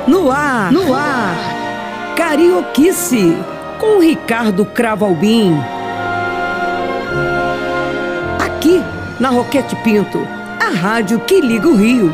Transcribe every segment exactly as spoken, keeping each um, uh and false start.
No ar, no ar, Carioquice, com Ricardo Cravo Albim. Aqui, na Roquete Pinto, a rádio que liga o Rio.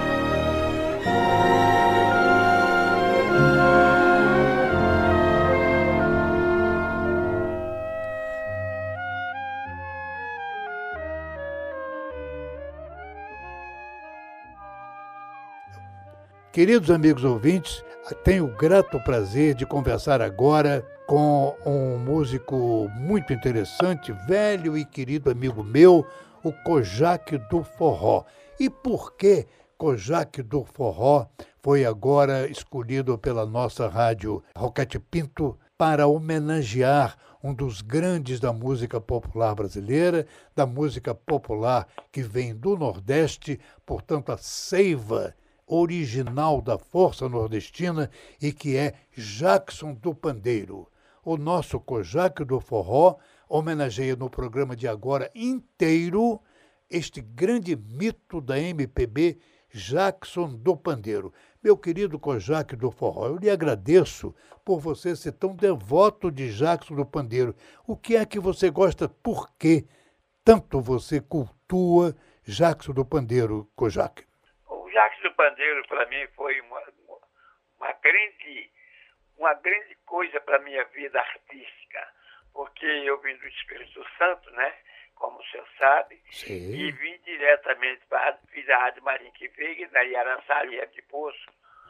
Queridos amigos ouvintes, tenho o grato prazer de conversar agora com um músico muito interessante, velho e querido amigo meu, o Kojak do Forró. E por que Kojak do Forró foi agora escolhido pela nossa rádio Roquete Pinto para homenagear um dos grandes da música popular brasileira, da música popular que vem do Nordeste, portanto a seiva original da Força Nordestina e que é Jackson do Pandeiro. O nosso Kojak do Forró homenageia no programa de agora inteiro este grande mito da M P B, Jackson do Pandeiro. Meu querido Kojak do Forró, eu lhe agradeço por você ser tão devoto de Jackson do Pandeiro. O que é que você gosta? Por que tanto você cultua Jackson do Pandeiro, Kojak? Jackson do Pandeiro, para mim, foi uma, uma, grande, uma grande coisa para a minha vida artística, porque eu vim do Espírito Santo, né, como o senhor sabe, Sim. E vim diretamente para a Rádio Marinque Veiga, na Araçaria de Poço,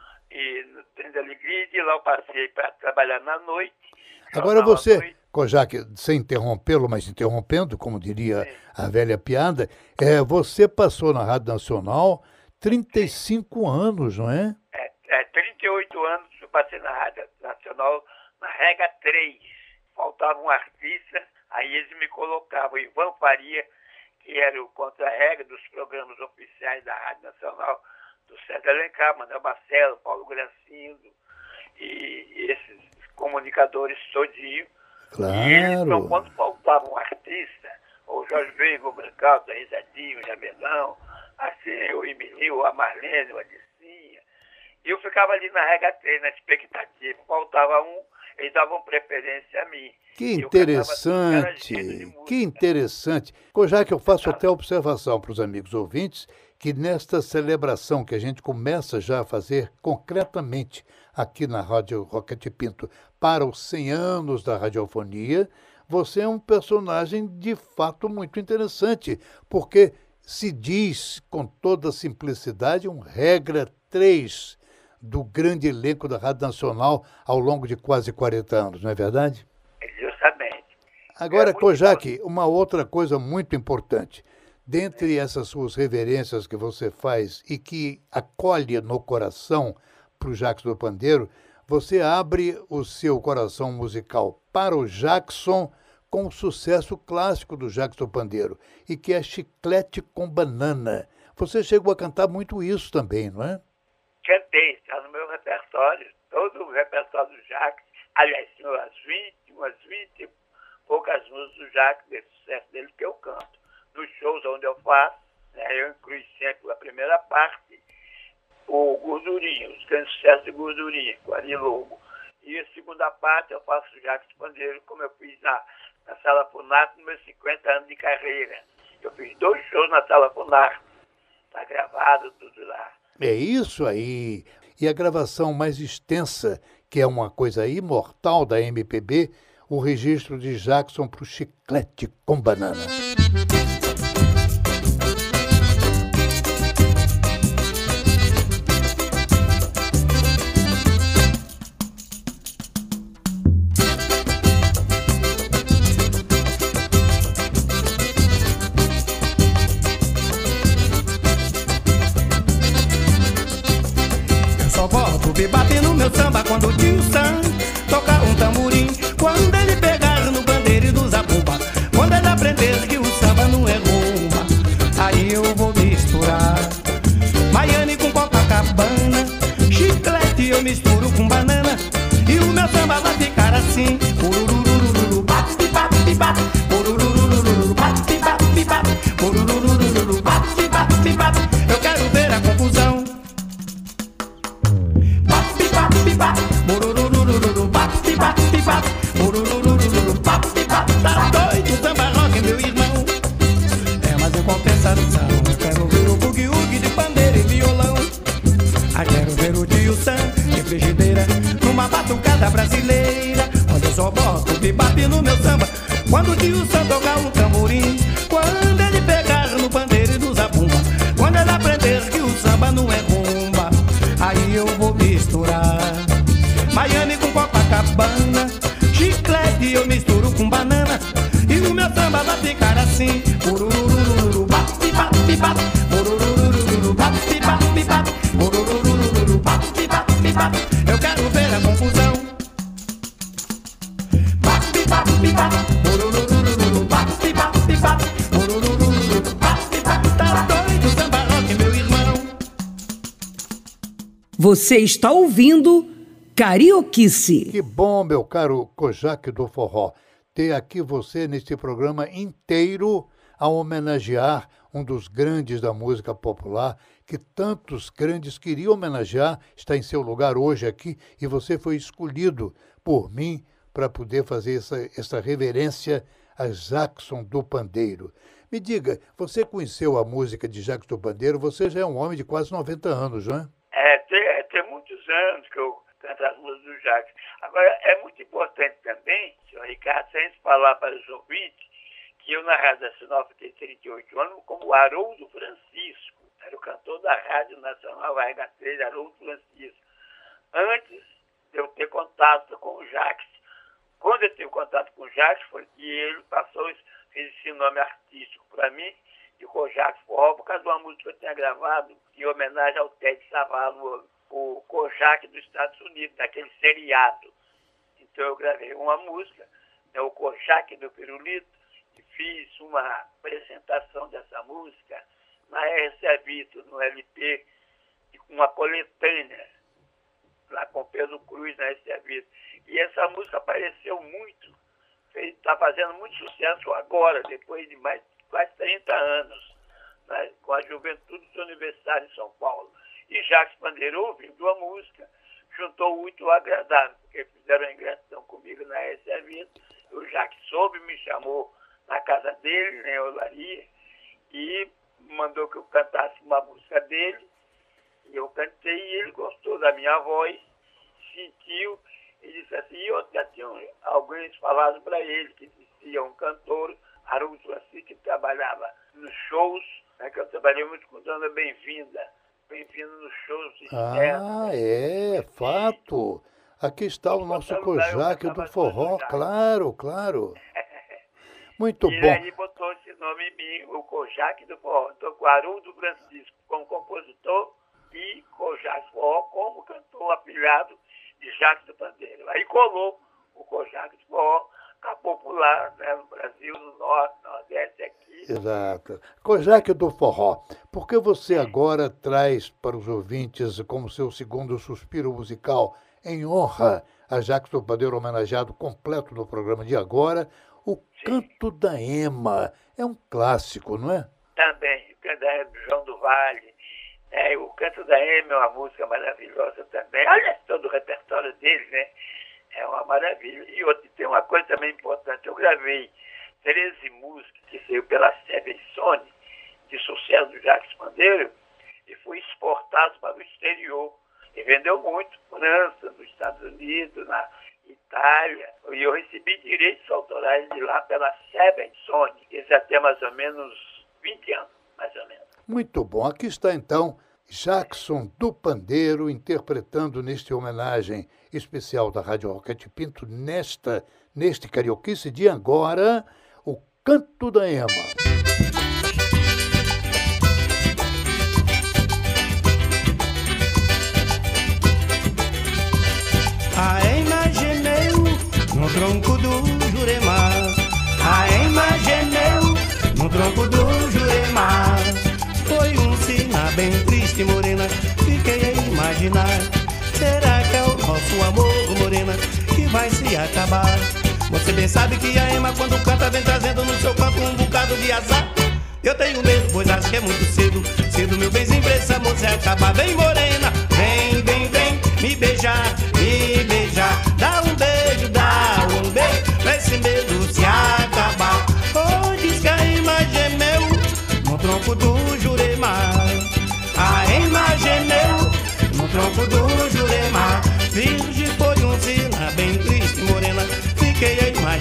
e no Trem da Alegria, e de lá eu passei para trabalhar na noite. Agora você, Kojak, sem interrompê-lo, mas interrompendo, como diria Sim. a velha piada, é, você passou na Rádio Nacional trinta e cinco anos, não é? É, é trinta e oito anos eu passei na Rádio Nacional, na Rega três. Faltava um artista, aí eles me colocavam, Ivan Faria, que era o contra-regra dos programas oficiais da Rádio Nacional, do César Alencar, Manuel Marcelo, Paulo Gracindo, e esses comunicadores todinho. Claro. E eles, então, quando faltava um artista, o Jorge Veiga, o Brancal, o Risadinho, o Jabelão, assim, o Emilio, a Marlene, o Adicinha. E eu ficava ali na Rega três, na expectativa. Faltava um, eles davam preferência a mim. Que interessante, que interessante. Kojak, eu faço até observação para os amigos ouvintes que nesta celebração que a gente começa já a fazer concretamente aqui na Rádio Roquete Pinto para os cem anos da radiofonia, você é um personagem de fato muito interessante, porque se diz com toda simplicidade um regra três do grande elenco da Rádio Nacional ao longo de quase quarenta anos, não é verdade? Justamente. Agora, é Kojak, uma outra coisa muito importante. Dentre essas suas reverências que você faz e que acolhe no coração para o Jackson do Pandeiro, você abre o seu coração musical para o Jackson com o sucesso clássico do Jackson do Pandeiro, e que é Chiclete com Banana. Você chegou a cantar muito isso também, não é? Cantei, está no meu repertório, todo o repertório do Jackson. Aliás, tem umas vinte, umas vinte e poucas músicas do Jackson, desse sucesso dele que eu canto. Nos shows onde eu faço, né, eu incluo sempre a primeira parte, o Gordurinha, os grandes sucessos de Gordurinha, com Ari Lobo. E a segunda parte eu faço o Jackson do Pandeiro, como eu fiz na na Sala Funato, nos meus cinquenta anos de carreira. Eu fiz dois shows na Sala Funato. Está gravado tudo lá. É isso aí. E a gravação mais extensa, que é uma coisa imortal da M P B, o registro de Jackson para o Chiclete com Banana. Me bater no meu samba quando o tio Sam tocar um tamborim. Quando ele pegar no bandeiro do zabumba, quando ele aprender que o samba não é rumba, aí eu vou misturar Miami com Copacabana, chiclete eu misturo com banana, e o meu samba vai ficar assim. Urururururu, bate, bate, bate, urururururu, bate, bate, bate, urururururu, bate, bate, bate. Eu quero ver a confusão. Bate, Ah, quero ver o tio Sam de frigideira numa batucada brasileira, onde eu só boto bebop no meu samba. Quando o tio Sam tocar um tamborim, quando ele pegar no pandeiro e no zabumba, quando ele aprender que o samba não é rumba, aí eu vou misturar Miami com Copacabana, chiclete eu misturo com banana, e o meu samba vai ficar assim. Ururururu, bate, bate, bate. Ururururu, bate, bate, bate. Ururururu, bate, bate, bate. Eu quero ver a confusão. Bate, bate, bate. Ururururu, bate, bate, bate. Ururururu, bate, bate. Tá doido samba rock, meu irmão. Você está ouvindo Carioquice. Que bom, meu caro Kojak do Forró, ter aqui você neste programa inteiro a homenagear um dos grandes da música popular, que tantos grandes queriam homenagear, está em seu lugar hoje aqui, e você foi escolhido por mim para poder fazer essa, essa reverência a Jackson do Pandeiro. Me diga, você conheceu a música de Jackson do Pandeiro? Você já é um homem de quase noventa anos, não é? É, tem, tem muitos anos que eu canto as músicas do Jackson. Agora, é muito importante também, senhor Ricardo, sem falar para os ouvintes, que eu na Rádio Nacional fiquei trinta e oito anos como Haroldo Francisco. Era o cantor da Rádio Nacional R H três, Haroldo Francisco. Antes de eu ter contato com o Jackson. Quando eu tive contato com o Jackson, foi que ele passou, fez esse nome artístico para mim, e o Kojak Forró, por causa de uma música que eu tinha gravado em homenagem ao Ted Savalo, o Kojak dos Estados Unidos, daquele seriado. Então eu gravei uma música, né, o Kojak do Pirulito, e fiz uma apresentação dessa música na R C Vito, no L P, com uma coletânea, lá com Pedro Cruz na R C Vito. E essa música apareceu muito, está fazendo muito sucesso agora, depois de mais de quase trinta anos, né, com a juventude do Universitário de São Paulo. E Jacques Pandeiro, ouvindo a música, juntou o útil ao agradável, porque fizeram a ingratidão comigo na R C Vito. O Jacques soube, me chamou na casa dele, né, em Olaria, e mandou que eu cantasse uma música dele. E eu cantei e ele gostou da minha voz, sentiu, e disse assim, e eu já tinha alguns falado para ele que existia um cantor, Haroldo Francisco, que trabalhava nos shows, né, que eu trabalhei muito com Dona Bem-vinda, Bem-vinda nos shows externos. Ah, é, fato. Aqui está o nosso Kojak do Forró, claro, claro. Muito e bom. E aí botou esse nome em mim, o Kojak do Forró. Estou com Haroldo Francisco como compositor e Kojak Forró como cantor apelhado de Jacques do Pandeiro. Aí colou o Kojak do Forró, a popular, né, no Brasil, no Norte, no Nordeste, aqui. Exato. Kojak do Forró, por que você agora traz para os ouvintes como seu segundo suspiro musical, em honra a Jacques do Pandeiro, homenageado completo no programa de agora, o Sim. Canto da Ema? É um clássico, não é? Também, o Canto da Ema do João do Vale. É, o Canto da Ema é uma música maravilhosa também. Olha todo o repertório dele, né? É uma maravilha. E outra, tem uma coisa também importante. Eu gravei treze músicas que saiu pela Seven Sony, de sucesso do Jacques Pandeiro, e fui exportado para o exterior. E vendeu muito, França, nos Estados Unidos, na Itália. E eu recebi direitos autorais de lá pela Seven Sony. Isso até mais ou menos vinte anos, mais ou menos. Muito bom. Aqui está, então, Jackson do Pandeiro, interpretando neste homenagem especial da Rádio Roquete Pinto, nesta, neste Carioquice de agora, o Canto da Ema. A ema gemeu no tronco do Juremar, a ema gemeu no tronco do Juremar. Foi um sinal bem triste, morena, fiquei a imaginar. Será que é o nosso amor, morena, que vai se acabar? Você bem sabe que a ema quando canta vem trazendo no seu canto um bocado de azar. Eu tenho medo, pois acho que é muito cedo, cedo meu benzinho pra esse amor se acabar. Vem morena, vem, vem, vem, me beijar, me beijar. Dá um beijo, dá um beijo, pra esse medo se acabar. Oh, diz que a ema gemeu no tronco do Juremar. A ema gemeu no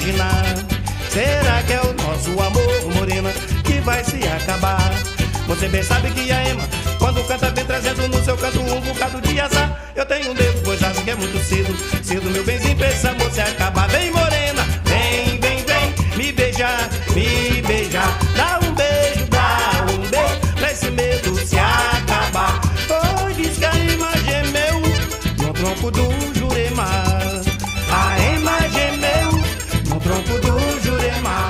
imaginar. Será que é o nosso amor, morena, que vai se acabar? Você bem sabe que a Ema, quando canta, vem trazendo no seu canto um bocado de azar. Eu tenho um dedo, pois acho que é muito cedo. Cedo, meu benzinho, pra esse amor se acabar. Vem, morena, vem, vem, vem, me beijar, me beijar. Dá um beijo, dá um beijo, pra esse medo se acabar. Pois diz que a Ema gemeu no tronco do Juremar. A Ema gemeu no tronco do Juremar.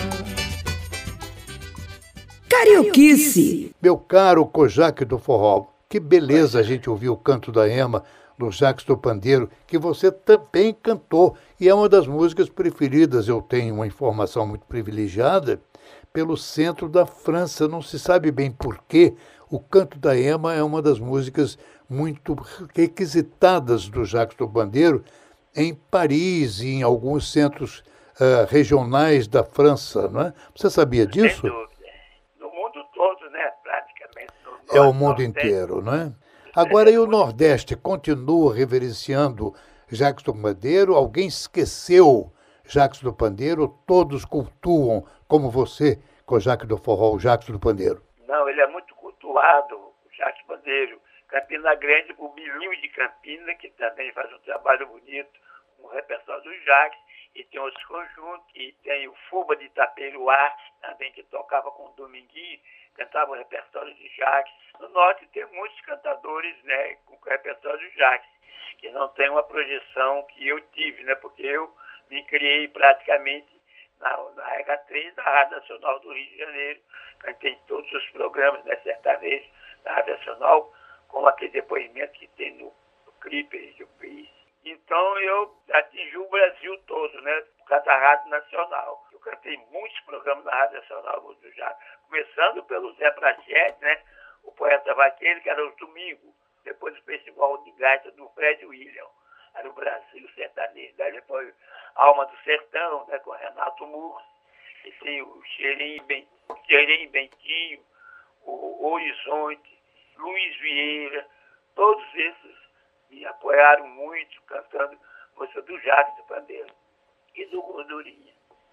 Carioquice. Meu caro Kojak do Forró, que beleza a gente ouvir o canto da Ema, do Jacques do Pandeiro, que você também cantou. E é uma das músicas preferidas, eu tenho uma informação muito privilegiada, pelo centro da França. Não se sabe bem por quê. O canto da Ema é uma das músicas muito requisitadas do Jacques do Pandeiro em Paris e em alguns centros uh, regionais da França, não é? Você sabia disso? Sem dúvida. No mundo todo, né? Praticamente. No É o norte, mundo nordeste. inteiro, não é? Agora, e o Nordeste continua reverenciando Jacques do Pandeiro? Alguém esqueceu Jacques do Pandeiro? Todos cultuam, como você, Kojak do Forró, o Jacques do Pandeiro? Não, ele é muito cultuado, o Jacques Pandeiro. Campina Grande, o Bilinho de Campina, que também faz um trabalho bonito com o repertório do Jacques, e tem outros conjuntos, e tem o Fuba de Itaperuá, também que tocava com o Dominguinho, cantava o repertório de Jacques. No Norte tem muitos cantadores, né, com o repertório de Jacques, que não tem uma projeção que eu tive, né, porque eu me criei praticamente na, na R H três da Rádio Nacional do Rio de Janeiro, cantei em todos os programas, né, sertanejo da Rádio Nacional, com aquele depoimento que tem no, no clipe que eu fiz. Então eu atingi o Brasil todo, né, por causa da Rádio Nacional. Eu cantei muitos programas na Rádio Nacional do Jacques, começando pelo Zé Prachete, né, o poeta vaqueiro, que era os domingos, depois do Festival de Gaita do Fred William, era o Brasil sertanejo. Daí depois Alma do Sertão, né, com Renato Mursi, e tem o Xerém Bentinho, o Horizonte, Luiz Vieira, todos esses me apoiaram muito cantando música do Jacques do Pandeiro e do Gordurinha.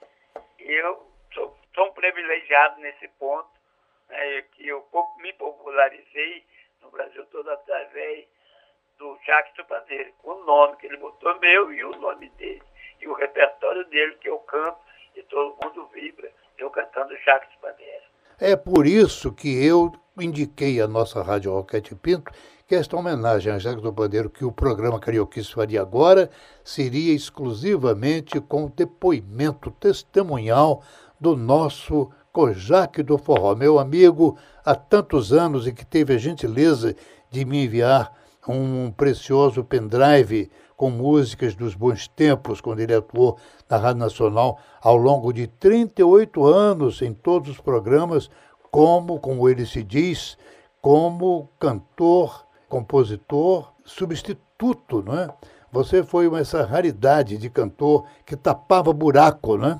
Eu sou tão privilegiado nesse ponto, né, que eu me popularizei no Brasil todo através do Jacques do Pandeiro, o nome que ele botou meu e o nome dele, e o repertório dele que eu canto e todo mundo vibra, eu cantando Jacques do Pandeiro. É por isso que eu indiquei à nossa Rádio Roquete Pinto que esta homenagem a Jacques do Pandeiro, que o programa Carioquice faria agora, seria exclusivamente com depoimento testemunhal do nosso Kojak do Forró, meu amigo há tantos anos e que teve a gentileza de me enviar um precioso pendrive com músicas dos bons tempos, quando ele atuou na Rádio Nacional ao longo de trinta e oito anos em todos os programas, como, como ele se diz, como cantor, compositor, substituto, não é? Você foi essa raridade de cantor que tapava buraco, não é?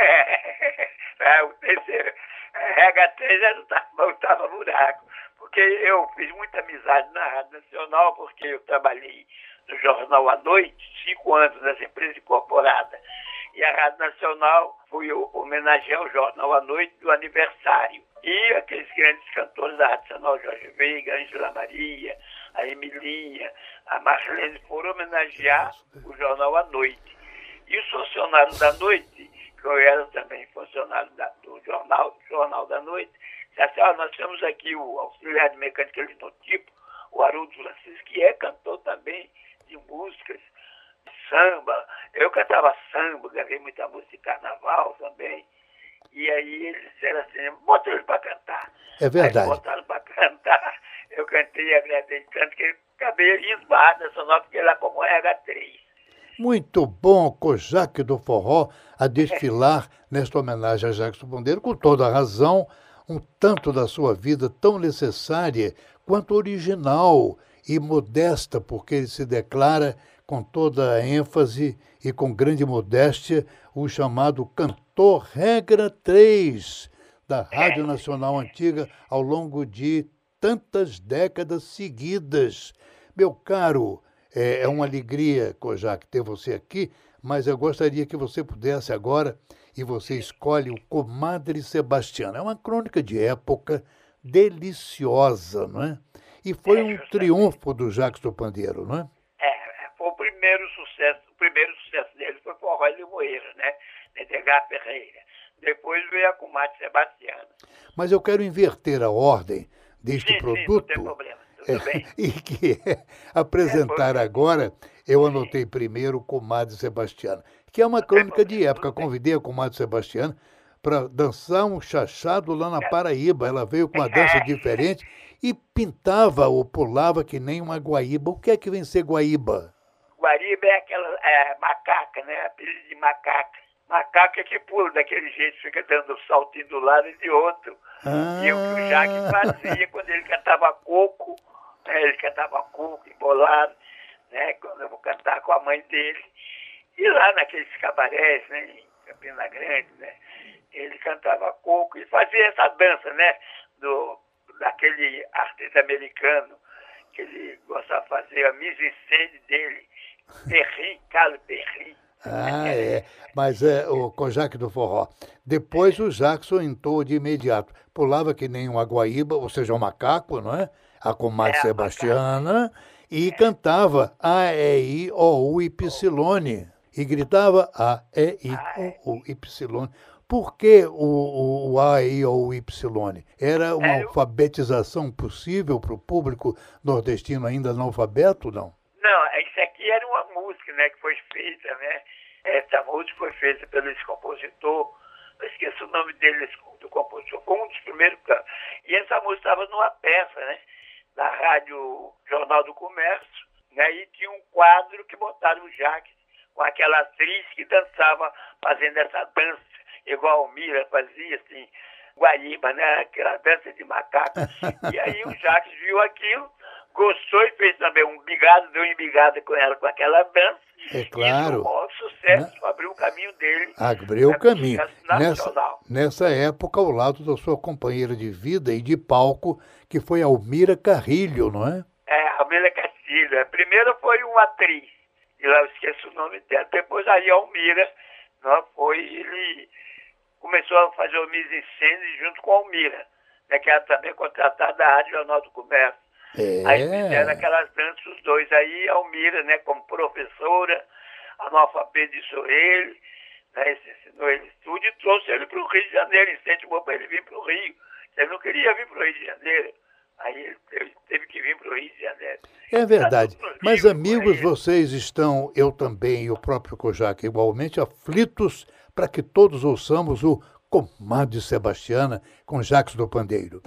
É, o terceiro, R H três não tava buraco, porque eu fiz muita amizade na Rádio Nacional, porque eu trabalhei no Jornal à Noite, cinco anos nessa empresa incorporada, e a Rádio Nacional foi homenagear o Jornal à Noite do aniversário. E aqueles grandes cantores da Rádio Nacional, Jorge Veiga, Ângela Maria, a Emilinha, a Marlene, foram homenagear o Jornal à Noite. E os funcionários da noite, que eu era também funcionário da, do jornal, jornal da Noite, disseram assim, ah, nós temos aqui o auxiliar de mecânica linotipo, o Haroldo Francisco, que é cantor também de músicas, de samba. Eu cantava samba, gravei muita música de carnaval também. E aí eles disseram assim, bota ele para cantar. É verdade. Aí botaram para cantar. Eu cantei e agradei tanto que acabei indo para a Rádio Nacional, porque lá como R H três. Muito bom, Kojak do Forró, a desfilar nesta homenagem a Jacques do Pandeiro, com toda a razão, um tanto da sua vida tão necessária quanto original e modesta, porque ele se declara com toda a ênfase e com grande modéstia o chamado cantor regra três da Rádio Nacional Antiga ao longo de tantas décadas seguidas. Meu caro, é uma alegria, Kojak, ter você aqui mas eu gostaria que você pudesse agora, e você escolhe o Comadre Sebastiana. É uma crônica de época deliciosa, não é? E foi É, um justamente. triunfo do Jacques do Pandeiro, não é? É, foi o primeiro sucesso, o primeiro sucesso dele foi Forró e Limoeiro, né? De Edgar Ferreira. Depois veio a Comadre Sebastiana. Mas eu quero inverter a ordem deste Sim, sim, não produto. tem problema, tudo bem. E que é apresentar É, foi- agora, eu anotei primeiro Comadre Sebastiana, que é uma crônica de problema, época. tudo bem. Convidei a Comadre Sebastiana para dançar um chachado lá na Paraíba. Ela veio com uma dança diferente e pintava ou pulava que nem uma guaíba. O que é que vem ser guaíba? Guariba é aquela é, macaca, né? Apelido de macaca. Macaca que pula daquele jeito, fica dando saltinho do lado e de outro. Ah, E o que o Jacques fazia quando ele cantava coco, né? Ele cantava coco, embolado, né? Quando eu vou cantar com a mãe dele. E lá naqueles cabarés, né? Em Campina Grande, né? Ele cantava coco e fazia essa dança, né? Do, daquele artista americano que ele gostava de fazer, a mise-en-scène dele, Perrin, Carlo Perrin. Ah, é. Mas é o Kojak do Forró. Depois o Jackson entrou de imediato. Pulava que nem uma guaíba, ou seja, um macaco, não é? A Comadre É, Sebastiana. E cantava A, E, I, O, U, Y. E gritava A, E, I, O, U, Y. Por que o, o, o A, E, I, O, U, Y? Era uma É, eu- alfabetização possível para o público nordestino ainda analfabeto, não? Não, isso aqui era uma música, né, que foi feita, né? Essa música foi feita pelo esse compositor, eu esqueço o nome dele, esse, do compositor, foi um dos primeiros cantos. E essa música estava numa peça, né? Da Rádio Jornal do Comércio, né? E tinha um quadro que botaram o Jacques com aquela atriz que dançava, fazendo essa dança, igual a Mira fazia, assim, Guaíba, né? Aquela dança de macaco. E aí o Jacques viu aquilo, gostou e fez também um bigado, deu uma embigada com ela, com aquela dança. É claro. E o maior sucesso, abriu o caminho dele. Abriu o para caminho. sucesso Nessa, nacional. nessa época, ao lado da sua companheira de vida e de palco, que foi Almira Carrilho, não é? É, a Almira Castilho. A primeira foi uma atriz, e lá eu esqueço o nome dela. Depois aí a Almira, não, foi, ele começou a fazer o mise-en-scène junto com a Almira, né, que era também contratada da Rádio Jornal do Comércio. É. Aí fizeram aquelas danças os dois. Aí a Almira, né, como professora, analfabetizou ele, né, ensinou ele tudo e trouxe ele para o Rio de Janeiro, incentivou para ele vir para o Rio. Ele não queria vir para o Rio de Janeiro. Aí ele teve, teve que vir para o Rio de Janeiro. É verdade. Tá tudo no Mas, livro, amigos, aí. vocês estão, eu também e o próprio Kojak igualmente, aflitos para que todos ouçamos o Comadre Sebastiana com Jacques do Pandeiro.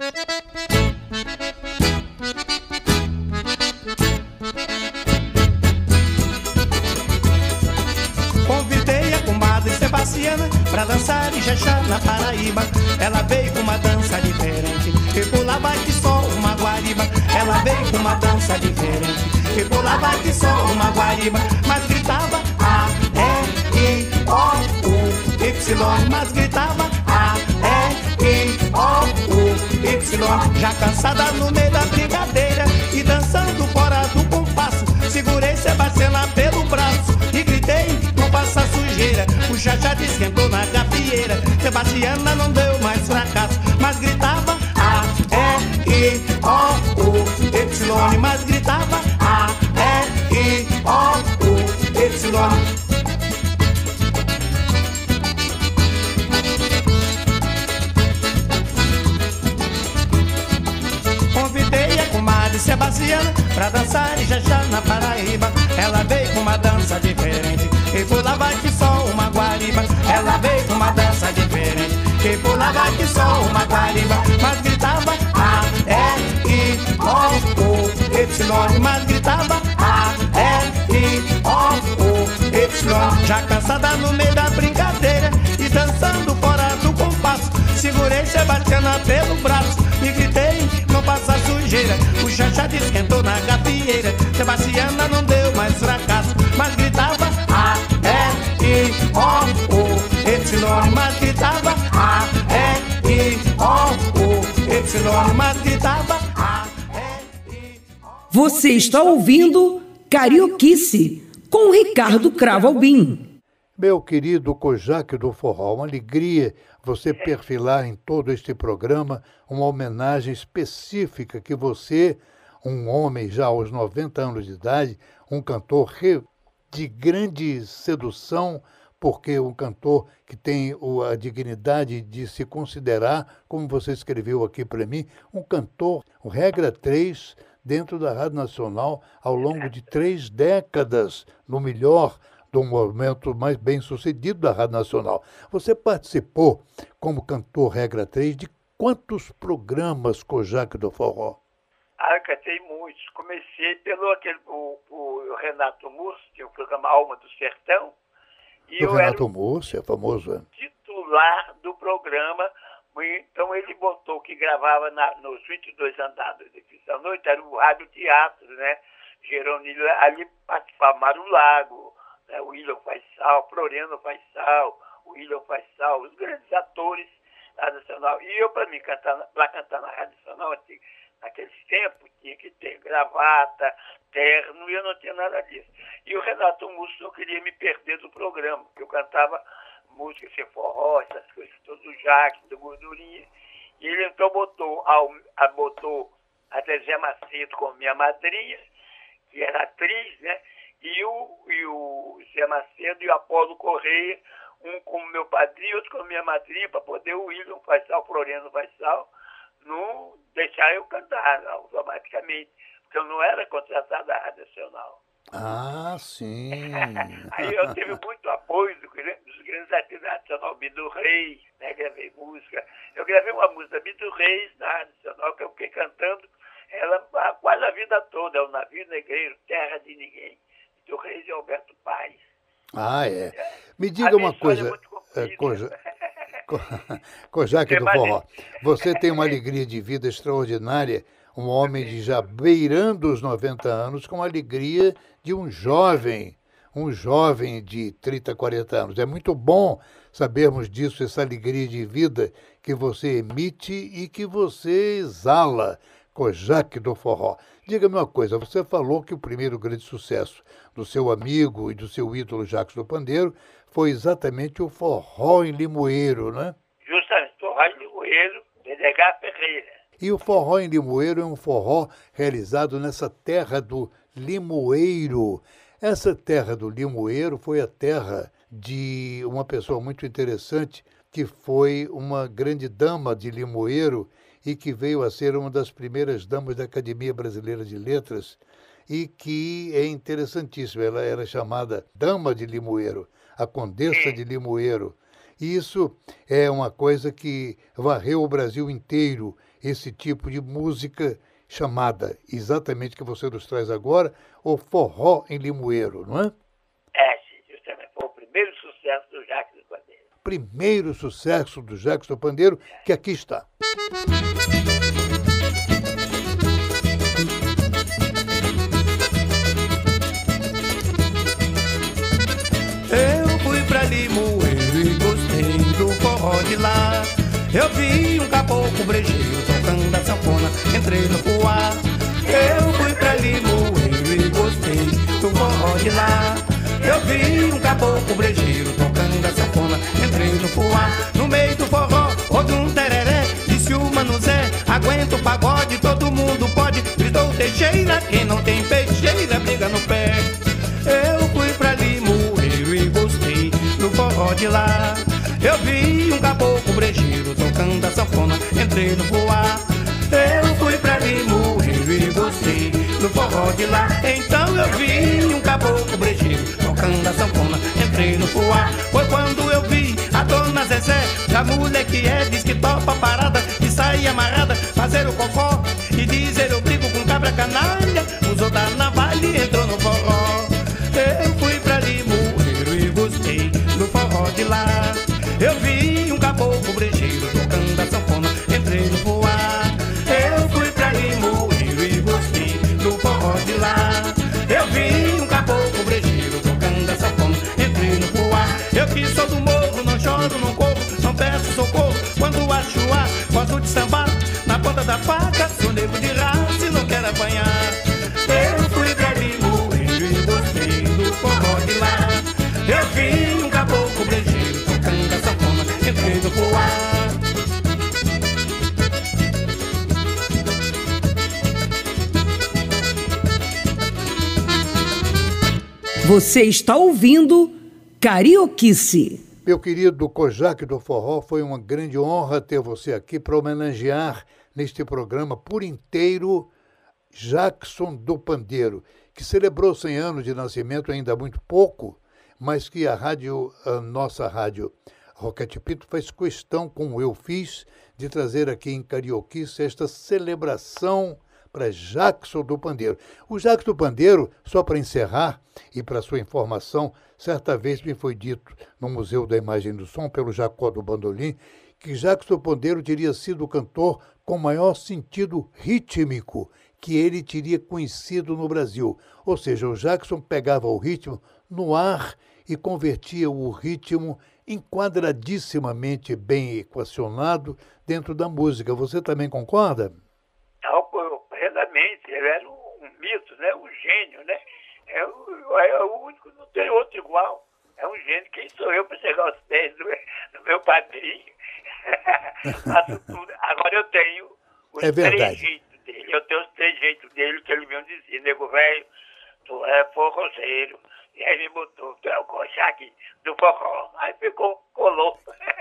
Convidei a comadre Sebastiana pra dançar e jexá na Paraíba. Ela veio com uma dança diferente e pulava que só uma guariba. Ela veio com uma dança diferente e pulava que só uma guariba. Mas gritava A, E, I, O, U, Y. Mas gritava A, E, I, O, U, Y. Já cansada no meio da brincadeira e dançando fora do compasso, segurei Sebastiana pelo braço e gritei, não passa sujeira. O chachá esquentou na gafieira. Sebastiana não deu mais fracasso, mas gritava A, E, I, O, U, Y. Mas gritava A, E, I, O, U, Y. Convidei a comadre Sebastiana pra dançar e jexá na Paraíba. Ela veio com uma dança diferente e pulava que só uma guariba. Ela veio com uma dança diferente e pulava que só uma guariba. Mas gritava A, E, I, O, U, Y. Mas gritava A, E, I, O, U, Y. Já cansada no meio da brincadeira e dançando fora do compasso, segurei Sebastiana pelo braço e gritei, não passa sujeira. O chachá esquentou na gafieira. Sebastiana não deu mais fracasso, mas gritava A, E, I, O, U, Y. Mas gritava A, E, I, O, U, Y. Mas gritava A, E, I, O. Você está ouvindo Carioquice com Ricardo Cravo Albim. Meu querido Kojak do Forró, uma alegria você perfilar em todo este programa uma homenagem específica que você, um homem já aos noventa anos de idade, um cantor de grande sedução, porque um cantor que tem a dignidade de se considerar, como você escreveu aqui para mim, um cantor, um regra três, dentro da Rádio Nacional, ao longo de três décadas, no melhor do movimento mais bem sucedido da Rádio Nacional. Você participou, como cantor regra três, de quantos programas, Kojak do Forró? Ah, eu cantei muitos. Comecei pelo aquele, o, o Renato Mussi, que é o programa Alma do Sertão. E o eu Renato era Mussi, é famoso, é? titular do programa. Então ele botou que gravava na, nos vinte e dois andares do edifício da noite, era o Rádio Teatro, né? Geronimo, ali participava Mário Lago, né? O William Faisal, Floriano Faisal, o William Faisal, os grandes atores da Rádio Nacional. E eu, para mim, cantar, para cantar na Rádio Nacional, naqueles tempos, tinha que ter gravata, terno, e eu não tinha nada disso. E o Renato Mussi não queria me perder do programa, porque eu cantava música sem forró, essas coisas, todo o Jacques, do Gordurinha. E ele então botou, ao, a, botou a Zé Macedo como minha madrinha, que era atriz, né? E o, e o Zé Macedo e o Apolo Correia, um como meu padrinho, outro como minha madrinha, para poder o William Faisal, o Floriano Faisal, não deixar eu cantar automaticamente, porque eu não era contratado da Rádio Nacional. Ah, sim. Aí eu tive muito apoio do, dos grandes artistas da Rádio Nacional, Bidu Reis, né, gravei música. Eu gravei uma música Bidu Reis na Rádio Nacional, que eu fiquei cantando ela quase a vida toda, é o Navio Negreiro, Terra de Ninguém, Bidu Reis e Alberto Paes. Ah, é. Me diga uma coisa, é, Koja, Kojak do Forró, você tem uma alegria de vida extraordinária, um homem de já beirando os noventa anos, com a alegria de um jovem, um jovem de trinta, quarenta anos. É muito bom sabermos disso, essa alegria de vida que você emite e que você exala, Kojak do Forró. Diga-me uma coisa, você falou que o primeiro grande sucesso do seu amigo e do seu ídolo Jacques do Pandeiro foi exatamente o Forró em Limoeiro, né? Justamente, Forró em Limoeiro, D D H Ferreira. E o Forró em Limoeiro é um forró realizado nessa terra do Limoeiro. Essa terra do Limoeiro foi a terra de uma pessoa muito interessante, que foi uma grande dama de Limoeiro e que veio a ser uma das primeiras damas da Academia Brasileira de Letras e que é interessantíssima. Ela era chamada Dama de Limoeiro, a Condessa de Limoeiro. E isso é uma coisa que varreu o Brasil inteiro, esse tipo de música chamada, exatamente que você nos traz agora, o Forró em Limoeiro, não é? É, justamente, foi o primeiro sucesso do Jacques do Pandeiro. Primeiro sucesso do Jacques do Pandeiro, que aqui está. Eu fui pra Limoeiro e gostei do forró de lá. Eu vi um caboclo brejeiro tocando a sanfona, entrei no fuá. Eu fui pra Limoeiro e gostei do forró de lá. Eu vi um caboclo brejeiro tocando a sanfona, entrei no fuá. No meio do forró, houve um tereré, disse o Mano Zé, aguenta o pagode, todo mundo pode. Gritou Teixeira, quem não tem peixeira, briga no pé. Eu fui pra Limoeiro e gostei do forró de lá. Eu vi um caboclo brejeiro tocando a sanfona, entrei no voar. Eu fui pra Limoeiro e gostei do forró de lá. Então eu vi um caboclo brejeiro tocando a sanfona, entrei no voar. Foi quando eu vi a dona Zezé, a mulher que é, diz que topa a parada e sai amarrada, fazer o cocó e dizer eu brigo com cabra canalha. Usou da navalha e entrou no forró. Eu fui pra Limoeiro e gostei do forró de lá. Eu vi um caboclo brejeiro tocando a sanfona, entrei no voar. Eu fui pra Limoeiro e gostei do forró de lá. Eu vi um caboclo brejeiro tocando a sanfona, entrei no voar. Eu que sou do morro, não choro, não corro, não peço socorro. Quando acho ar, gosto de sambar na ponta da faca, sou nego de raça e não quero apanhar. Eu fui pra Limoeiro e gostei do forró de lá. Eu vi um caboclo Você está ouvindo Carioquice. Meu querido Kojak do Forró, foi uma grande honra ter você aqui para homenagear neste programa por inteiro Jackson do Pandeiro, que celebrou cem anos de nascimento ainda há muito pouco, mas que a rádio, a nossa rádio Roquete Pinto faz questão, como eu fiz, de trazer aqui em Carioquice esta celebração para Jackson do Pandeiro. O Jackson do Pandeiro, só para encerrar e para sua informação, certa vez me foi dito no Museu da Imagem do Som, pelo Jacó do Bandolim, que Jackson do Pandeiro teria sido o cantor com maior sentido rítmico que ele teria conhecido no Brasil. Ou seja, o Jackson pegava o ritmo no ar e convertia o ritmo enquadradissimamente bem equacionado dentro da música. Você também concorda? Plenamente. Ele era um, um mito, né? Um gênio, né? É o, é o único, não tem outro igual. É um gênio. Quem sou eu para chegar aos pés do, do meu padrinho? Faço tudo. Agora eu tenho os é três jeitos dele. Eu tenho os três jeitos dele que ele mesmo dizia. Nego velho, tu é forrozeiro. E aí me botou, tu é o Kojak do forró. Aí ficou, colou.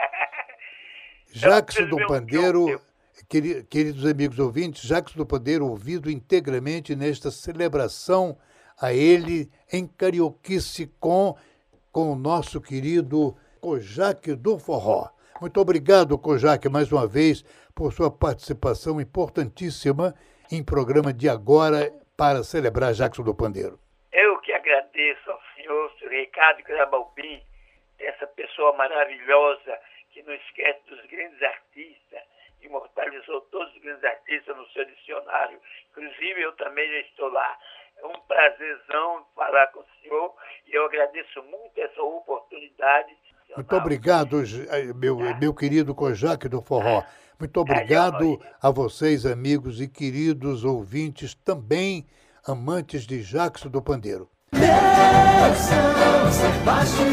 Jackson do Pandeiro, queridos amigos ouvintes, Jackson do Pandeiro ouvido integralmente nesta celebração a ele em Carioquice com, com o nosso querido Kojak do Forró. Muito obrigado, Kojak, mais uma vez, por sua participação importantíssima em programa de agora para celebrar Jackson do Pandeiro. Eu que agradeço ao senhor, senhor Ricardo Grabalbim, essa pessoa maravilhosa que não esquece dos grandes artistas, imortalizou todos os grandes artistas no seu dicionário. Inclusive, eu também já estou lá. É um prazerzão falar com o senhor e eu agradeço muito essa oportunidade. Muito obrigado, meu, meu querido Kojak do Forró. Muito obrigado a vocês, amigos e queridos ouvintes, também amantes de Jackson do Pandeiro. Meu São Sebastião,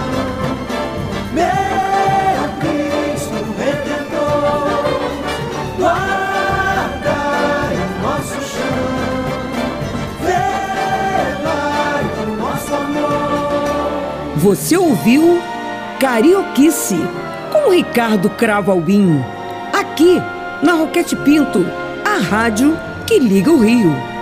meu Cristo Redentor, guardai o nosso chão, velai o nosso amor. Você ouviu Carioquice com Ricardo Cravo Albim, aqui na Roquete Pinto, a rádio que liga o Rio.